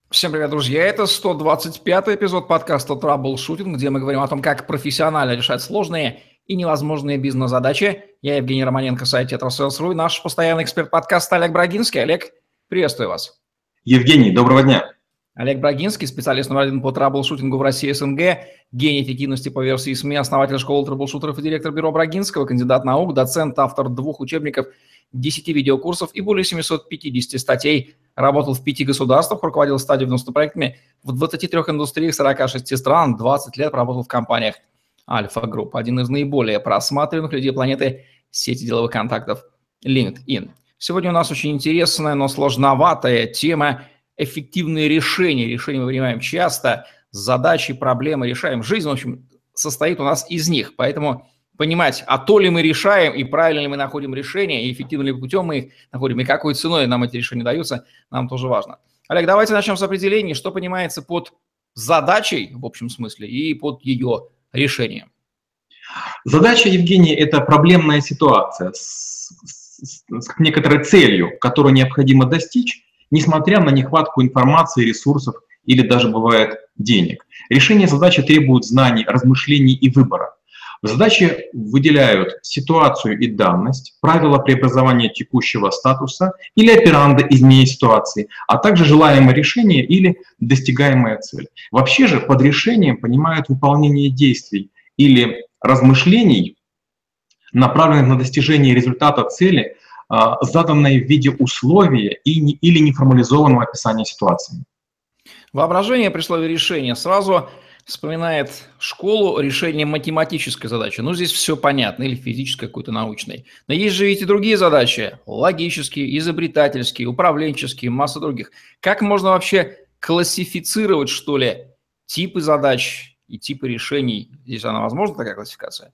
Всем привет, друзья! Это 125-й эпизод подкаста «Траблшутинг», где мы говорим о том, как профессионально решать сложные и невозможные бизнес-задачи. Я Евгений Романенко, сайт «Тетрасейлс.ру», и наш постоянный эксперт подкаста Олег Брагинский. Олег, приветствую вас. Евгений, доброго дня. Олег Брагинский, специалист номер 1 по траблшутингу в России и СНГ, гений эффективности по версии СМИ, основатель школы траблшутеров и директор бюро Брагинского, кандидат наук, доцент, автор 2 учебников, 10 видеокурсов и более 750 статей. Работал в 5 государствах, руководил 190 проектами в 23 индустриях 46 стран, 20 лет работал в компаниях Альфа Групп, один из наиболее просматриваемых людей планеты сети деловых контактов LinkedIn. Сегодня у нас очень интересная, но сложноватая тема – эффективные решения. Решения мы принимаем часто, задачи, проблемы решаем. Жизнь, в общем, состоит у нас из них, поэтому понимать, а то ли мы решаем, и правильно ли мы находим решение, и эффективным ли путем мы их находим, и какой ценой нам эти решения даются, нам тоже важно. Олег, давайте начнем с определения, что понимается под задачей, в общем смысле, и под ее решением. Задача, Евгений, это проблемная ситуация с некоторой целью, которую необходимо достичь, несмотря на нехватку информации, ресурсов или даже, бывает, денег. Решение задачи требует знаний, размышлений и выбора. В задаче выделяют ситуацию и данность, правила преобразования текущего статуса или операнда изменения ситуации, а также желаемое решение или достигаемая цель. Вообще же под решением понимают выполнение действий или размышлений, направленных на достижение результата цели, заданной в виде условия или неформализованного описания ситуации. Воображение при слове «решение» сразу вспоминает школу решения математической задачи. Ну, здесь все понятно, или физической, какой-то научной. Но есть же ведь и другие задачи, логические, изобретательские, управленческие, масса других. Как можно вообще классифицировать, что ли, типы задач и типы решений? Здесь она возможна, такая классификация?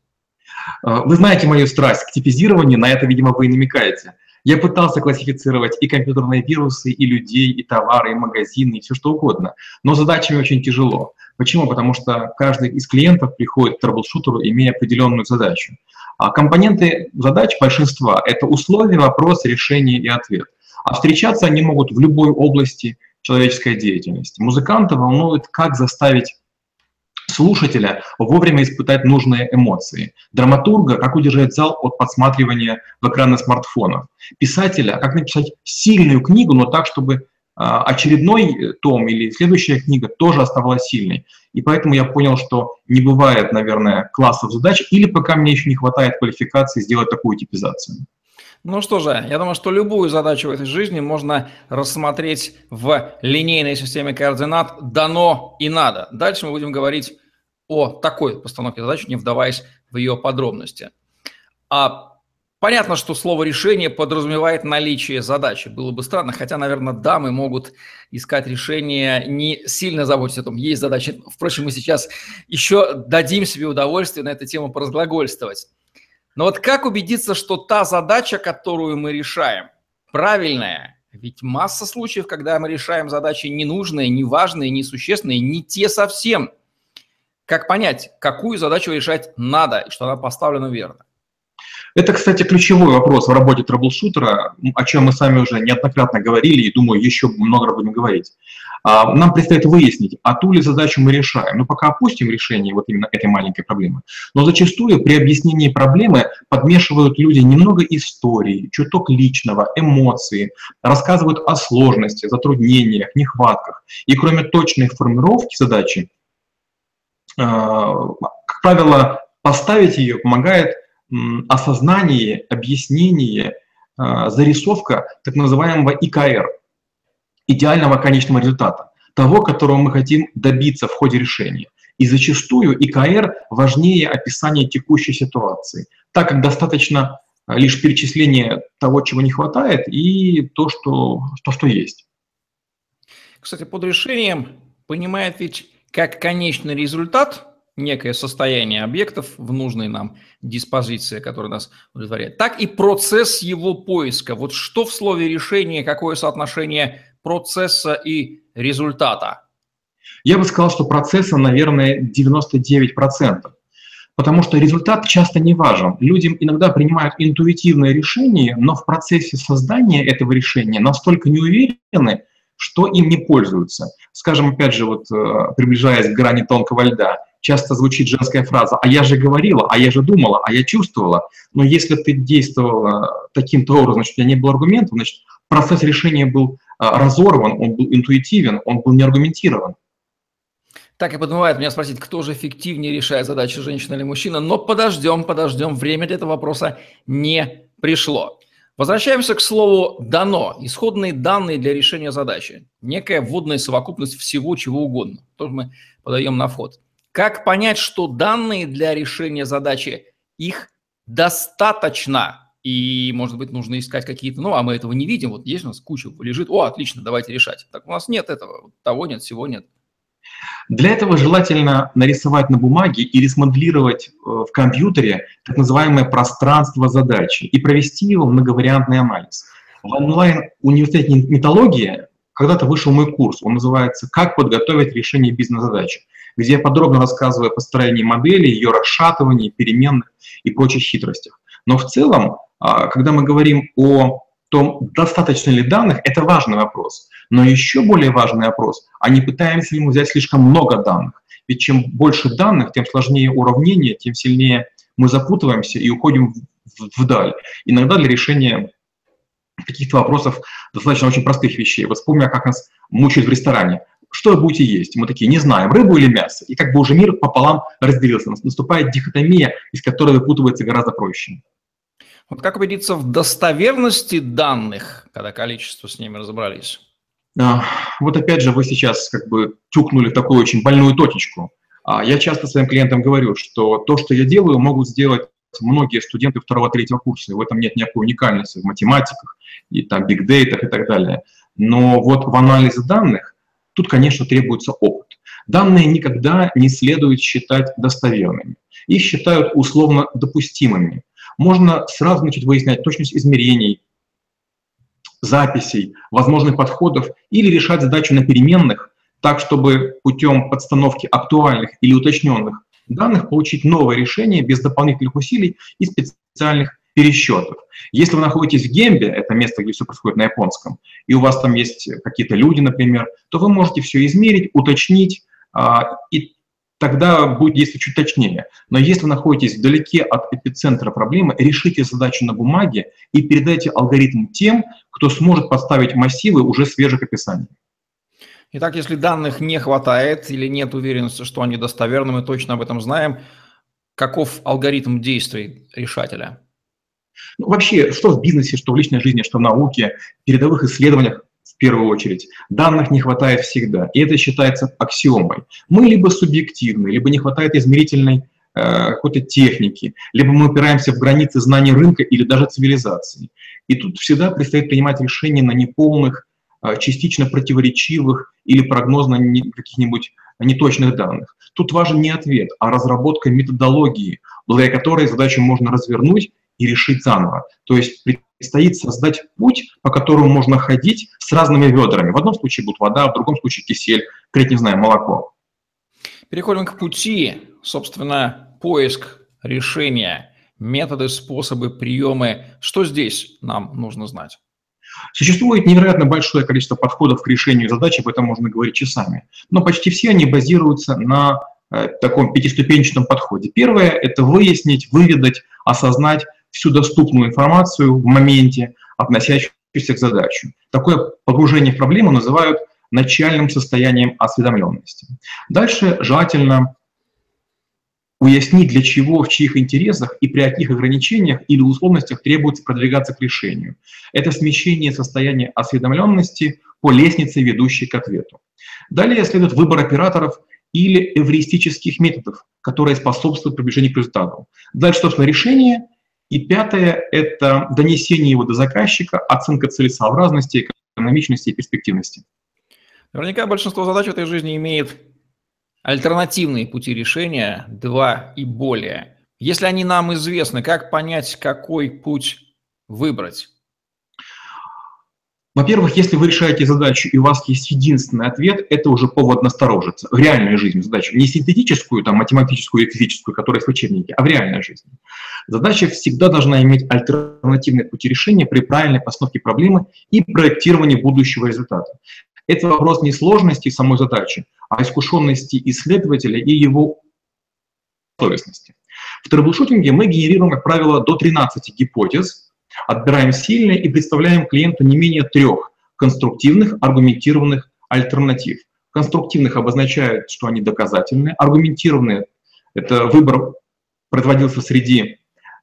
Вы знаете мою страсть к типизированию, на это, видимо, вы и намекаете. Я пытался классифицировать и компьютерные вирусы, и людей, и товары, и магазины, и все что угодно. Но задачами очень тяжело. Почему? Потому что каждый из клиентов приходит к траблшутеру, имея определенную задачу. А компоненты задач большинства – это условия, вопрос, решение и ответ. А встречаться они могут в любой области человеческой деятельности. Музыканта волнует, как заставить слушателя вовремя испытать нужные эмоции. Драматурга, как удержать зал от подсматривания в экраны смартфонов. Писателя, как написать сильную книгу, но так, чтобы очередной том или следующая книга тоже оставалась сильной. И поэтому я понял, что не бывает, наверное, классов задач, или пока мне еще не хватает квалификации сделать такую типизацию. Ну что же, я думаю, что любую задачу в этой жизни можно рассмотреть в линейной системе координат «дано» и «надо». Дальше мы будем говорить о такой постановке задач, не вдаваясь в ее подробности. Понятно, что слово «решение» подразумевает наличие задачи. Было бы странно, хотя, наверное, дамы могут искать решение, не сильно заботясь о том, есть задача. Впрочем, мы сейчас еще дадим себе удовольствие на эту тему поразглагольствовать. Но вот как убедиться, что та задача, которую мы решаем, правильная? Ведь масса случаев, когда мы решаем задачи ненужные, неважные, несущественные, не те совсем. Как понять, какую задачу решать надо, и что она поставлена верно? Это, кстати, ключевой вопрос в работе траблшутера, о чем мы сами уже неоднократно говорили и, думаю, еще много раз будем говорить. Нам предстоит выяснить, а ту ли задачу мы решаем. Ну, пока опустим решение вот именно этой маленькой проблемы. Но зачастую при объяснении проблемы подмешивают люди немного истории, чуток личного, эмоций, рассказывают о сложности, затруднениях, нехватках. И кроме точной формулировки задачи, как правило, поставить ее помогает осознание, объяснение, зарисовка так называемого ИКР, идеального конечного результата, того, которого мы хотим добиться в ходе решения. И зачастую ИКР важнее описания текущей ситуации, так как достаточно лишь перечисления того, чего не хватает, и то, что есть. Кстати, под решением понимает ведь как конечный результат некое состояние объектов в нужной нам диспозиции, которая нас удовлетворяет, так и процесс его поиска. Вот что в слове «решение», какое соотношение процесса и результата? Я бы сказал, что процесса, наверное, 99%. Потому что результат часто не важен. Люди иногда принимают интуитивное решение, но в процессе создания этого решения настолько не уверены, что им не пользуются. Скажем, опять же, вот приближаясь к грани тонкого льда, часто звучит женская фраза: «А я же говорила, а я же думала, а я чувствовала». Но если ты действовала таким-то образом, значит, у тебя не было аргументов, значит, процесс решения был разорван, он был интуитивен, он был неаргументирован. Так и подмывает меня спросить, кто же эффективнее решает задачи, женщина или мужчина, но подождем, время для этого вопроса не пришло. Возвращаемся к слову «дано». Исходные данные для решения задачи. Некая вводная совокупность всего, чего угодно. Тоже мы подаем на вход. Как понять, что данные для решения задачи, их достаточно? И, может быть, нужно искать какие-то, ну, а мы этого не видим. Вот есть у нас куча лежит, о, отлично, давайте решать. Так у нас нет этого, того нет, всего нет. Для этого желательно нарисовать на бумаге или смоделировать в компьютере так называемое пространство задачи и провести его многовариантный анализ. В онлайн-университете методологии когда-то вышел мой курс, он называется «Как подготовить решение бизнес-задачи», где я подробно рассказываю о построении модели, ее расшатывании, переменных и прочих хитростях. Но в целом, когда мы говорим о том, достаточно ли данных, это важный вопрос. Но еще более важный вопрос, а не пытаемся ли мы взять слишком много данных? Ведь чем больше данных, тем сложнее уравнение, тем сильнее мы запутываемся и уходим вдаль. Иногда для решения каких-то вопросов достаточно очень простых вещей. Вот вспомню, как нас мучают в ресторане. Что вы будете есть? Мы такие: не знаем, рыбу или мясо. И как бы уже мир пополам разделился. Наступает дихотомия, из которой выпутывается гораздо проще. Вот как убедиться в достоверности данных, когда количество с ними разобрались? Вот опять же вы сейчас как бы тюкнули в такую очень больную точечку. Я часто своим клиентам говорю, что то, что я делаю, могут сделать многие студенты 2-3 курса. И в этом нет никакой уникальности в математиках, и там бигдейтах и так далее. Но вот в анализе данных тут, конечно, требуется опыт. Данные никогда не следует считать достоверными. Их считают условно допустимыми. Можно сразу начать выяснять точность измерений, записей, возможных подходов или решать задачу на переменных так, чтобы путем подстановки актуальных или уточненных данных получить новое решение без дополнительных усилий и специальных пересчетов. Если вы находитесь в Гембе, это место, где все происходит на японском, и у вас там есть какие-то люди, например, то вы можете все измерить, уточнить, и тогда будет действовать чуть точнее. Но если вы находитесь вдалеке от эпицентра проблемы, решите задачу на бумаге и передайте алгоритм тем, кто сможет подставить массивы уже свежих описаний. Итак, если данных не хватает или нет уверенности, что они достоверны, мы точно об этом знаем, каков алгоритм действий решателя? Ну, вообще, что в бизнесе, что в личной жизни, что в науке, в передовых исследованиях, в первую очередь, данных не хватает всегда, и это считается аксиомой. Мы либо субъективны, либо не хватает измерительной какой-то техники, либо мы упираемся в границы знаний рынка или даже цивилизации. И тут всегда предстоит принимать решения на неполных, частично противоречивых или прогнозно каких-нибудь неточных данных. Тут важен не ответ, а разработка методологии, благодаря которой задачу можно развернуть и решить заново. То есть предстоит создать путь, по которому можно ходить с разными ведрами. В одном случае будет вода, в другом случае кисель, в третьем, не знаю, молоко. Переходим к пути, собственно, поиск решения, методы, способы, приемы. Что здесь нам нужно знать? Существует невероятно большое количество подходов к решению задачи, об этом можно говорить часами. Но почти все они базируются на таком пятиступенчатом подходе. Первое – это выяснить, выведать, осознать всю доступную информацию в моменте, относящуюся к задаче. Такое погружение в проблему называют начальным состоянием осведомленности. Дальше желательно уяснить, для чего, в чьих интересах и при каких ограничениях или условностях требуется продвигаться к решению. Это смещение состояния осведомленности по лестнице, ведущей к ответу. Далее следует выбор операторов или эвристических методов, которые способствуют приближению к результату. Дальше, собственно, решение. И пятое – это донесение его до заказчика, оценка целесообразности, экономичности и перспективности. Наверняка большинство задач в этой жизни имеет альтернативные пути решения, 2 и более. Если они нам известны, как понять, какой путь выбрать? Во-первых, если вы решаете задачу, и у вас есть единственный ответ, это уже повод насторожиться. В реальной жизни задачу. Не синтетическую, там, математическую или физическую, которая есть в учебнике, а в реальной жизни. Задача всегда должна иметь альтернативные пути решения при правильной постановке проблемы и проектировании будущего результата. Это вопрос не сложности самой задачи, а искушенности исследователя и его совестности. В трэблшутинге мы генерируем, как правило, до 13 гипотез, отбираем сильные и представляем клиенту не менее 3 конструктивных, аргументированных альтернатив. Конструктивных обозначает, что они доказательные, аргументированные — это выбор производился среди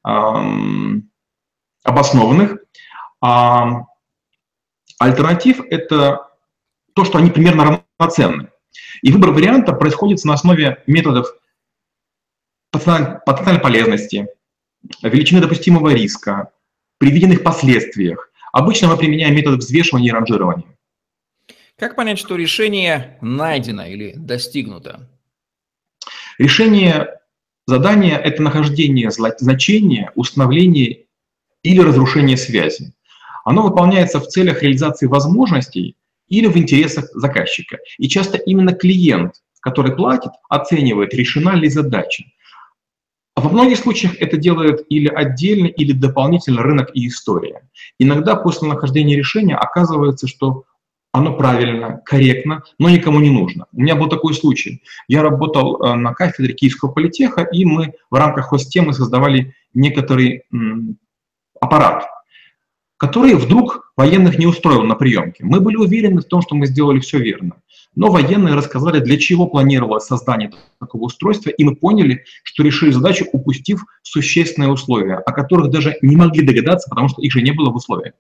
обоснованных, а альтернатив — это то, что они примерно равноценны. И выбор варианта происходит на основе методов потенциальной полезности, величины допустимого риска, предвиденных последствиях. Обычно мы применяем методы взвешивания и ранжирования. Как понять, что решение найдено или достигнуто? Решение задания — это нахождение значения, установление или разрушение связи. Оно выполняется в целях реализации возможностей или в интересах заказчика. И часто именно клиент, который платит, оценивает, решена ли задача. А во многих случаях это делает или отдельно, или дополнительно рынок и история. Иногда после нахождения решения оказывается, что оно правильно, корректно, но никому не нужно. У меня был такой случай. Я работал на кафедре Киевского политеха, и мы в рамках хостемы создавали некоторый аппарат, который вдруг военных не устроил на приемке. Мы были уверены в том, что мы сделали все верно. Но военные рассказали, для чего планировалось создание такого устройства, и мы поняли, что решили задачу, упустив существенные условия, о которых даже не могли догадаться, потому что их же не было в условиях.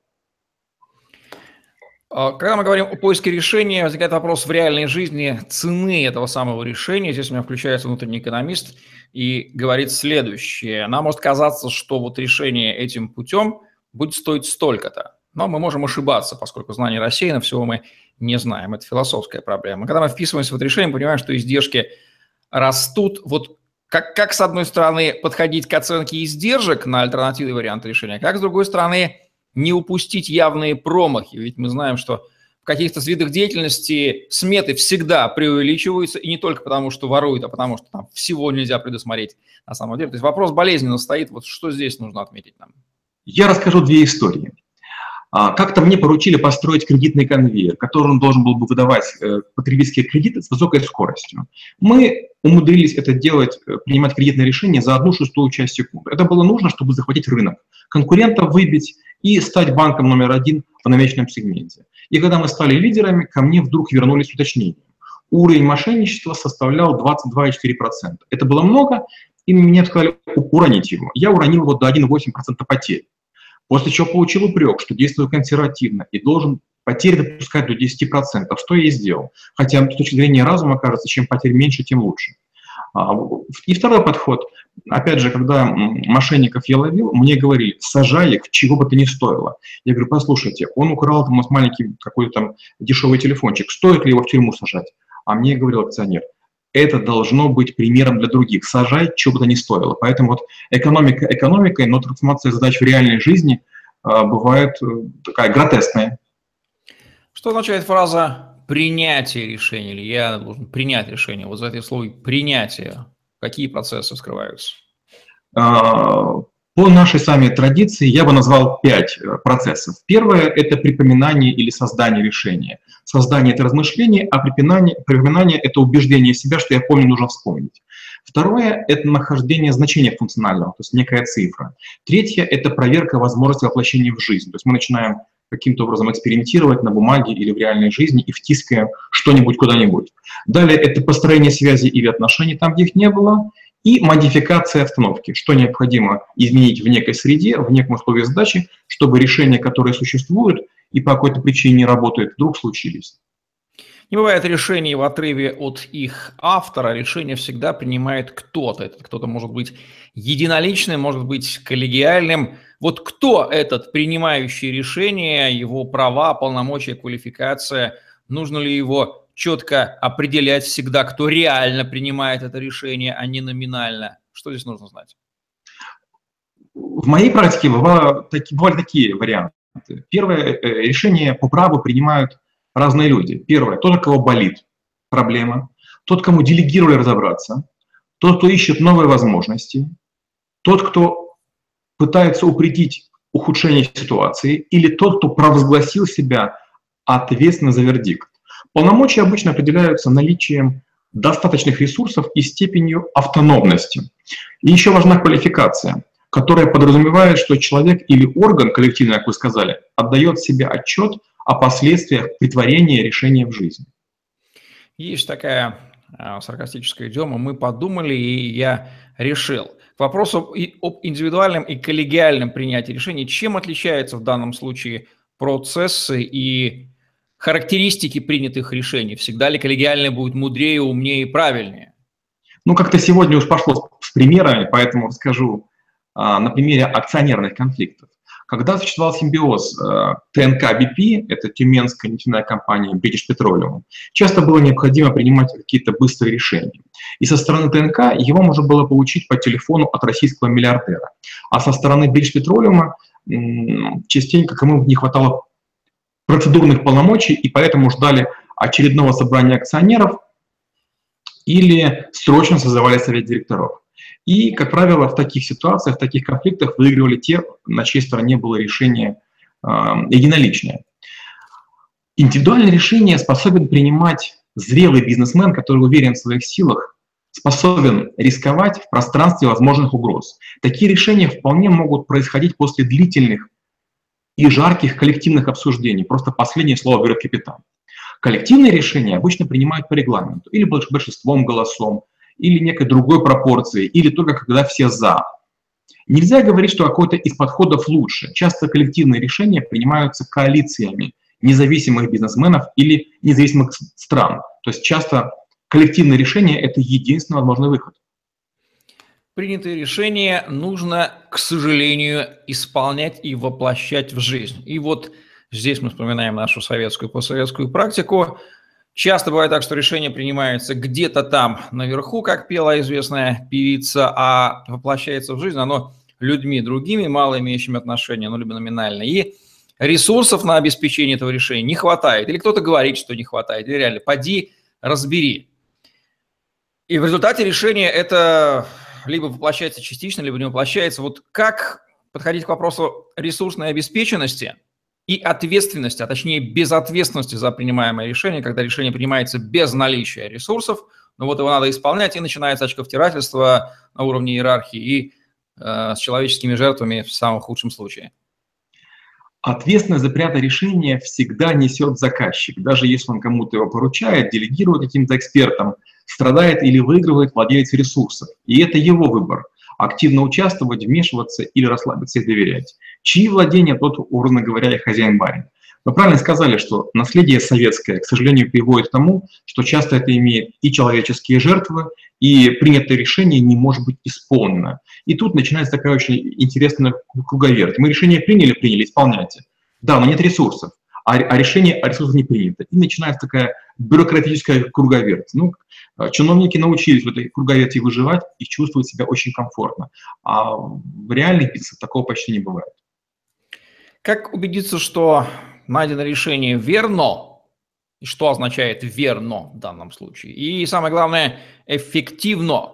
Когда мы говорим о поиске решения, возникает вопрос в реальной жизни цены этого самого решения. Здесь у меня включается внутренний экономист и говорит следующее. Нам может казаться, что вот решение этим путем будет стоить столько-то. Но мы можем ошибаться, поскольку знание рассеяно, всего мы не знаем. Это философская проблема. Когда мы вписываемся в это решение, мы понимаем, что издержки растут. Вот как с одной стороны подходить к оценке издержек на альтернативный вариант решения, как с другой стороны не упустить явные промахи. Ведь мы знаем, что в каких-то видах деятельности сметы всегда преувеличиваются, и не только потому, что воруют, а потому что там всего нельзя предусмотреть на самом деле. То есть вопрос болезненно стоит. Вот что здесь нужно отметить нам? Я расскажу 2 истории. Как-то мне поручили построить кредитный конвейер, который он должен был бы выдавать потребительские кредиты с высокой скоростью. Мы умудрились это делать, принимать кредитные решения за 1/6 часть секунды. Это было нужно, чтобы захватить рынок, конкурентов выбить и стать банком номер 1 в намеченном сегменте. И когда мы стали лидерами, ко мне вдруг вернулись уточнения. Уровень мошенничества составлял 22,4%. Это было много, и мне сказали уронить его. Я уронил его до 1,8% потерь. После чего получил упрек, что действую консервативно и должен потери допускать до 10%, что я и сделал. Хотя с точки зрения разума кажется, чем потерь меньше, тем лучше. И второй подход. Опять же, когда мошенников я ловил, мне говорили, сажай их, чего бы то ни стоило. Я говорю, послушайте, он украл там маленький какой-то там дешевый телефончик, стоит ли его в тюрьму сажать? А мне говорил акционер, это должно быть примером для других. Сажай, чего бы то ни стоило. Поэтому вот экономика экономикой, но трансформация задач в реальной жизни бывает такая гротескная. Что означает фраза «принятие решения» или «я должен принять решение»? Вот за этой словом «принятие» какие процессы скрываются? По нашей с вами традиции я бы назвал 5 процессов. Первое – это припоминание или создание решения. Создание – это размышление, а припоминание – это убеждение себя, что я помню, нужно вспомнить. Второе – это нахождение значения функционального, то есть некая цифра. Третье – это проверка возможности воплощения в жизнь. То есть мы начинаем каким-то образом экспериментировать на бумаге или в реальной жизни и втискаем что-нибудь куда-нибудь. Далее – это построение связи или отношений там, где их не было. И модификация обстановки, что необходимо изменить в некой среде, в неком условии задачи, чтобы решения, которые существуют и по какой-то причине не работают, вдруг случились. Не бывает решений в отрыве от их автора. Решение всегда принимает кто-то. Этот кто-то может быть единоличным, может быть коллегиальным. Вот кто этот принимающий решение, его права, полномочия, квалификация, нужно ли его четко определять всегда, кто реально принимает это решение, а не номинально? Что здесь нужно знать? В моей практике бывали такие варианты. Первое, решение по праву принимают разные люди. Первое, тот, у кого болит проблема, тот, кому делегировали разобраться, тот, кто ищет новые возможности, тот, кто пытается упредить ухудшение ситуации, или тот, кто провозгласил себя ответственным за вердикт. Полномочия обычно определяются наличием достаточных ресурсов и степенью автономности. И еще важна квалификация, которая подразумевает, что человек или орган, коллективно, как вы сказали, отдает себе отчет о последствиях претворения решения в жизнь. Есть такая саркастическая идиома. Мы подумали, и я решил. К вопросу об индивидуальном и коллегиальном принятии решений, чем отличаются в данном случае процессы и характеристики принятых решений? Всегда ли коллегиальное будет мудрее, умнее и правильнее? Ну, как-то сегодня уж пошло с примерами, поэтому расскажу на примере акционерных конфликтов. Когда существовал симбиоз ТНК BP, это тюменская нефтяная компания British Petroleum, часто было необходимо принимать какие-то быстрые решения. И со стороны ТНК его можно было получить по телефону от российского миллиардера. А со стороны British Petroleum частенько кому не хватало процедурных полномочий, и поэтому ждали очередного собрания акционеров или срочно созывали совет директоров. И, как правило, в таких ситуациях, в таких конфликтах выигрывали те, на чьей стороне было решение единоличное. Индивидуальное решение способен принимать зрелый бизнесмен, который уверен в своих силах, способен рисковать в пространстве возможных угроз. Такие решения вполне могут происходить после длительных и жарких коллективных обсуждений. Просто последнее слово берет капитан. Коллективные решения обычно принимают по регламенту, или большинством голосом, или некой другой пропорции, или только когда все «за». Нельзя говорить, что какой-то из подходов лучше. Часто коллективные решения принимаются коалициями независимых бизнесменов или независимых стран. То есть часто коллективное решение – это единственный возможный выход. Принятые решения нужно, к сожалению, исполнять и воплощать в жизнь. И вот здесь мы вспоминаем нашу советскую и постсоветскую практику. Часто бывает так, что решение принимается где-то там наверху, как пела известная певица, а воплощается в жизнь оно людьми другими, мало имеющими отношения, ну, либо номинально. И ресурсов на обеспечение этого решения не хватает. Или кто-то говорит, что не хватает. Или реально, поди, разбери. И в результате решение это либо воплощается частично, либо не воплощается. Вот как подходить к вопросу ресурсной обеспеченности и ответственности, а точнее безответственности за принимаемое решение, когда решение принимается без наличия ресурсов, но вот его надо исполнять, и начинается очковтирательство на уровне иерархии и с человеческими жертвами в самом худшем случае. Ответственность за принятое решение всегда несет заказчик. Даже если он кому-то его поручает, делегирует каким-то экспертам, страдает или выигрывает владелец ресурсов. И это его выбор. Активно участвовать, вмешиваться или расслабиться и доверять. Чьи владения, тот, образно говоря, и хозяин-барин. Вы правильно сказали, что наследие советское, к сожалению, приводит к тому, что часто это имеет и человеческие жертвы, и принятое решение не может быть исполнено. И тут начинается такая очень интересная круговерть. Мы решение приняли, исполняйте. Да, но нет ресурсов, а решение о ресурсах не принято. И начинается такая бюрократическая круговерть. Ну, чиновники научились в этой круговерти выживать и чувствуют себя очень комфортно. А в реальных бизнесах такого почти не бывает. Как убедиться, что найдено решение верно, и что означает верно в данном случае, и самое главное, эффективно?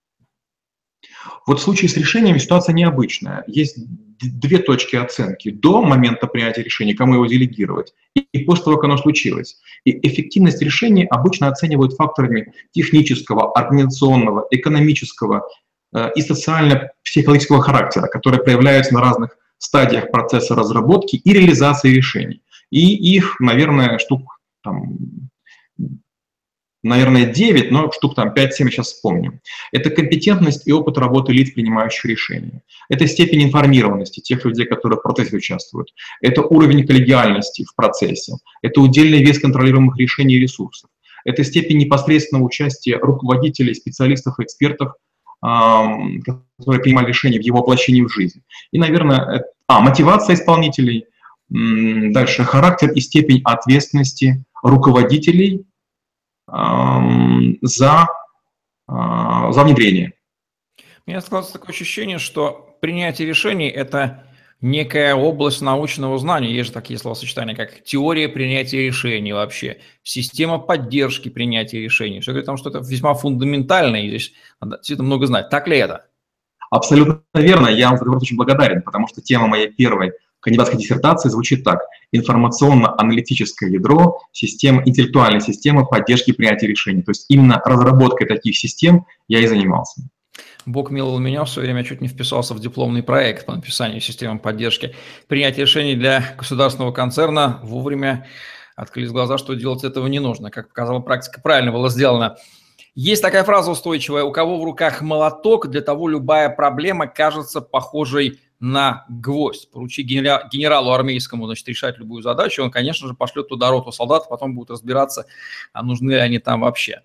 Вот в случае с решением ситуация необычная. Есть две точки оценки: до момента принятия решения, кому его делегировать, и после того, как оно случилось. И эффективность решения обычно оценивают факторами технического, организационного, экономического и социально-психологического характера, которые проявляются на разных стадиях процесса разработки и реализации решений. И их, наверное, штук 9, но штук 5-7 сейчас вспомним. Это компетентность и опыт работы лиц, принимающих решения. Это степень информированности тех людей, которые в процессе участвуют. Это уровень коллегиальности в процессе. Это удельный вес контролируемых решений и ресурсов. Это степень непосредственного участия руководителей, специалистов и экспертов, которые принимали решения в его воплощении в жизнь. И, наверное, мотивация исполнителей, дальше характер и степень ответственности руководителей за внедрение. У меня складывается такое ощущение, что принятие решений – это некая область научного знания. Есть же такие словосочетания, как теория принятия решений вообще, система поддержки принятия решений. Все говорит о том, что это весьма фундаментально, и здесь надо действительно много знать. Так ли это? Абсолютно верно. Я вам за это очень благодарен, потому что тема моей первой кандидатской диссертации звучит так: информационно-аналитическое ядро системы, интеллектуальной системы поддержки принятия решений. То есть именно разработкой таких систем я и занимался. Бог миловал меня, в свое время чуть не вписался в дипломный проект по написанию системы поддержки принятия решений для государственного концерна. Вовремя открылись глаза, что делать этого не нужно. Как показала практика, правильно было сделано. Есть такая фраза устойчивая: у кого в руках молоток, для того любая проблема кажется похожей на гвоздь. Поручи генералу армейскому, значит, решать любую задачу, он, конечно же, пошлет туда роту солдат, потом будут разбираться, а нужны ли они там вообще.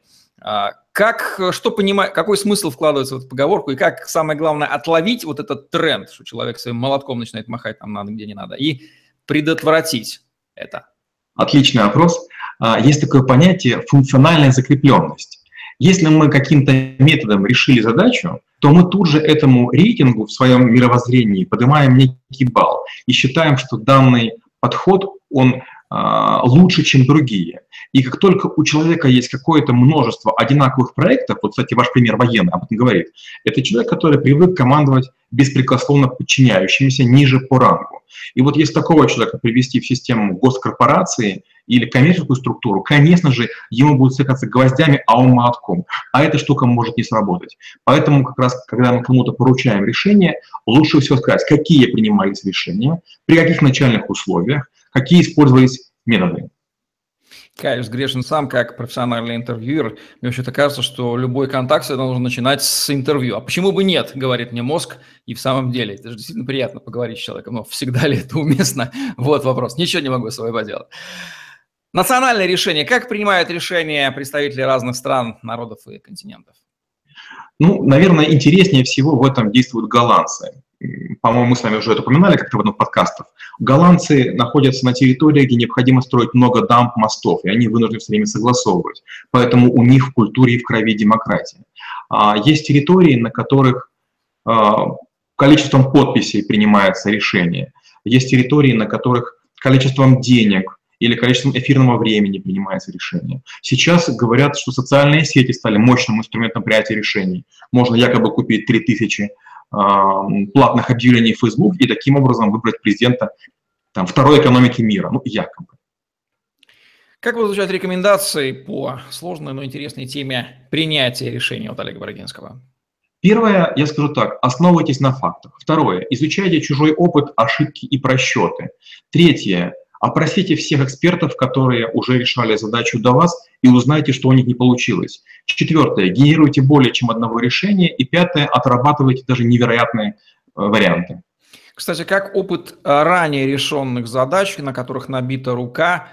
Какой смысл вкладывается в эту поговорку, и как, самое главное, отловить вот этот тренд, что человек своим молотком начинает махать там надо, где не надо, и предотвратить это? Отличный вопрос. Есть такое понятие функциональная закрепленность. Если мы каким-то методом решили задачу, то мы тут же этому рейтингу в своем мировоззрении поднимаем некий балл и считаем, что данный подход, он лучше, чем другие. И как только у человека есть какое-то множество одинаковых проектов, вот, кстати, ваш пример военный об этом говорит, это человек, который привык командовать беспрекословно подчиняющимися ниже по рангу. И вот если такого человека привести в систему госкорпорации или коммерческую структуру, конечно же, ему будут стыкаться гвоздями, а он молотком. А эта штука может не сработать. Поэтому как раз, когда мы кому-то поручаем решение, лучше всего сказать, какие принимались решения, при каких начальных условиях, какие использовались методы. Каюсь грешен сам, как профессиональный интервьюер. Мне вообще-то кажется, что любой контакт всегда нужно начинать с интервью. А почему бы нет, говорит мне мозг. И в самом деле, это же действительно приятно поговорить с человеком. Но всегда ли это уместно? Вот вопрос. Ничего не могу с собой поделать. Национальное решение. Как принимают решения представители разных стран, народов и континентов? Ну, наверное, интереснее всего в этом действуют голландцы. По-моему, мы с вами уже это упоминали как-то в одном из подкастов. Голландцы находятся на территории, где необходимо строить много дамб, мостов, и они вынуждены все время согласовывать. Поэтому у них в культуре и в крови демократия. Есть территории, на которых количеством подписей принимается решение. Есть территории, на которых количеством денег или количеством эфирного времени принимается решение. Сейчас говорят, что социальные сети стали мощным инструментом принятия решений. Можно якобы купить 3000 платных объявлений в Facebook и таким образом выбрать президента второй экономики мира, ну, якобы. Как будут звучать рекомендации по сложной, но интересной теме принятия решений от Олега Брагинского? Первое, я скажу так: основывайтесь на фактах. Второе, изучайте чужой опыт, ошибки и просчеты. Третье, опросите всех экспертов, которые уже решали задачу до вас, и узнайте, что у них не получилось. Четвертое, генерируйте более чем одного решения. И пятое, отрабатывайте даже невероятные варианты. Кстати, как опыт ранее решенных задач, на которых набита рука,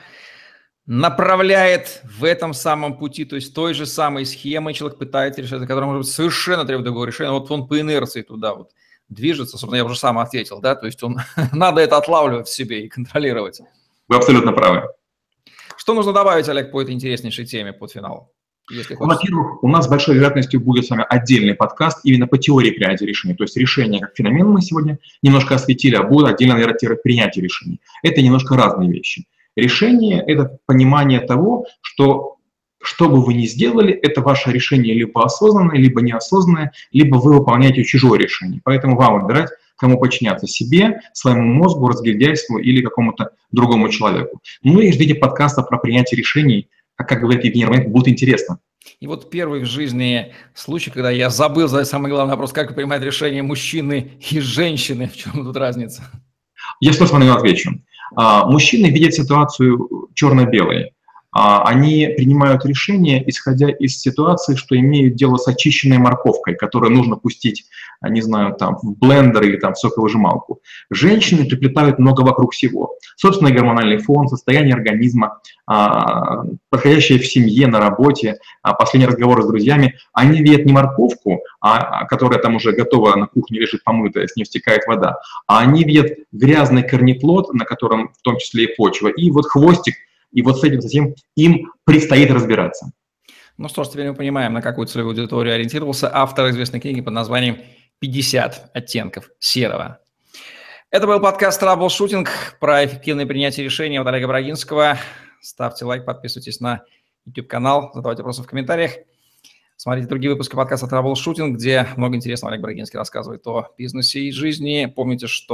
направляет в этом самом пути, то есть той же самой схемой человек пытается решать, которая может быть совершенно требует другого решения, вот он по инерции туда вот движется, собственно, я уже сам ответил, да, то есть он надо это отлавливать в себе и контролировать. Вы абсолютно правы. Что нужно добавить, Олег, по этой интереснейшей теме под финал? Во-первых, у нас с большой вероятностью будет с вами отдельный подкаст именно по теории принятия решений. То есть решение как феномен мы сегодня немножко осветили, а будет отдельно, наверное, принятие решений. Это немножко разные вещи. Решение – это понимание того, что бы вы ни сделали, это ваше решение либо осознанное, либо неосознанное, либо вы выполняете чужое решение. Поэтому вам выбирать, кому подчиняться: себе, своему мозгу, разгильдяйству или какому-то другому человеку. Ну и ждите подкаста про принятие решений. Как говорит Евгений Романенко, будет интересно. И вот первый в жизни случай, когда я забыл задать самый главный вопрос: как принимают решения мужчины и женщины? В чем тут разница? Я что с вами отвечу. Мужчины видят ситуацию черно-белой. Они принимают решения, исходя из ситуации, что имеют дело с очищенной морковкой, которую нужно пустить, не знаю, в блендер или в соковыжималку. Женщины приплетают много вокруг всего. Собственный гормональный фон, состояние организма, происходящее в семье, на работе, последние разговоры с друзьями. Они видят не морковку, которая там уже готова на кухне лежит помытая, с ней стекает вода, а они видят грязный корнеплод, на котором в том числе и почва, и вот хвостик. И вот с этим затем им предстоит разбираться. Ну что ж, теперь мы понимаем, на какую целевую аудиторию ориентировался автор известной книги под названием «50 оттенков серого». Это был подкаст «Траблшутинг» про эффективное принятие решений от Олега Брагинского. Ставьте лайк, подписывайтесь на YouTube-канал, задавайте вопросы в комментариях. Смотрите другие выпуски подкаста «Траблшутинг», где много интересного Олег Брагинский рассказывает о бизнесе и жизни. Помните, что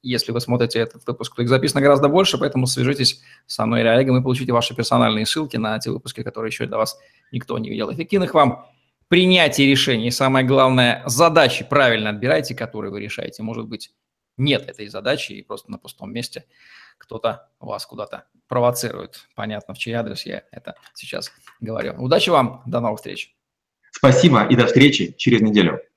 если вы смотрите этот выпуск, то их записано гораздо больше, поэтому свяжитесь со мной или Олегом и получите ваши персональные ссылки на те выпуски, которые еще для вас никто не видел. Эффективных вам принятий решений. И самое главное, задачи правильно отбирайте, которые вы решаете. Может быть, нет этой задачи, и просто на пустом месте кто-то вас куда-то провоцирует. Понятно, в чей адрес я это сейчас говорю. Удачи вам, до новых встреч. Спасибо и до встречи через неделю.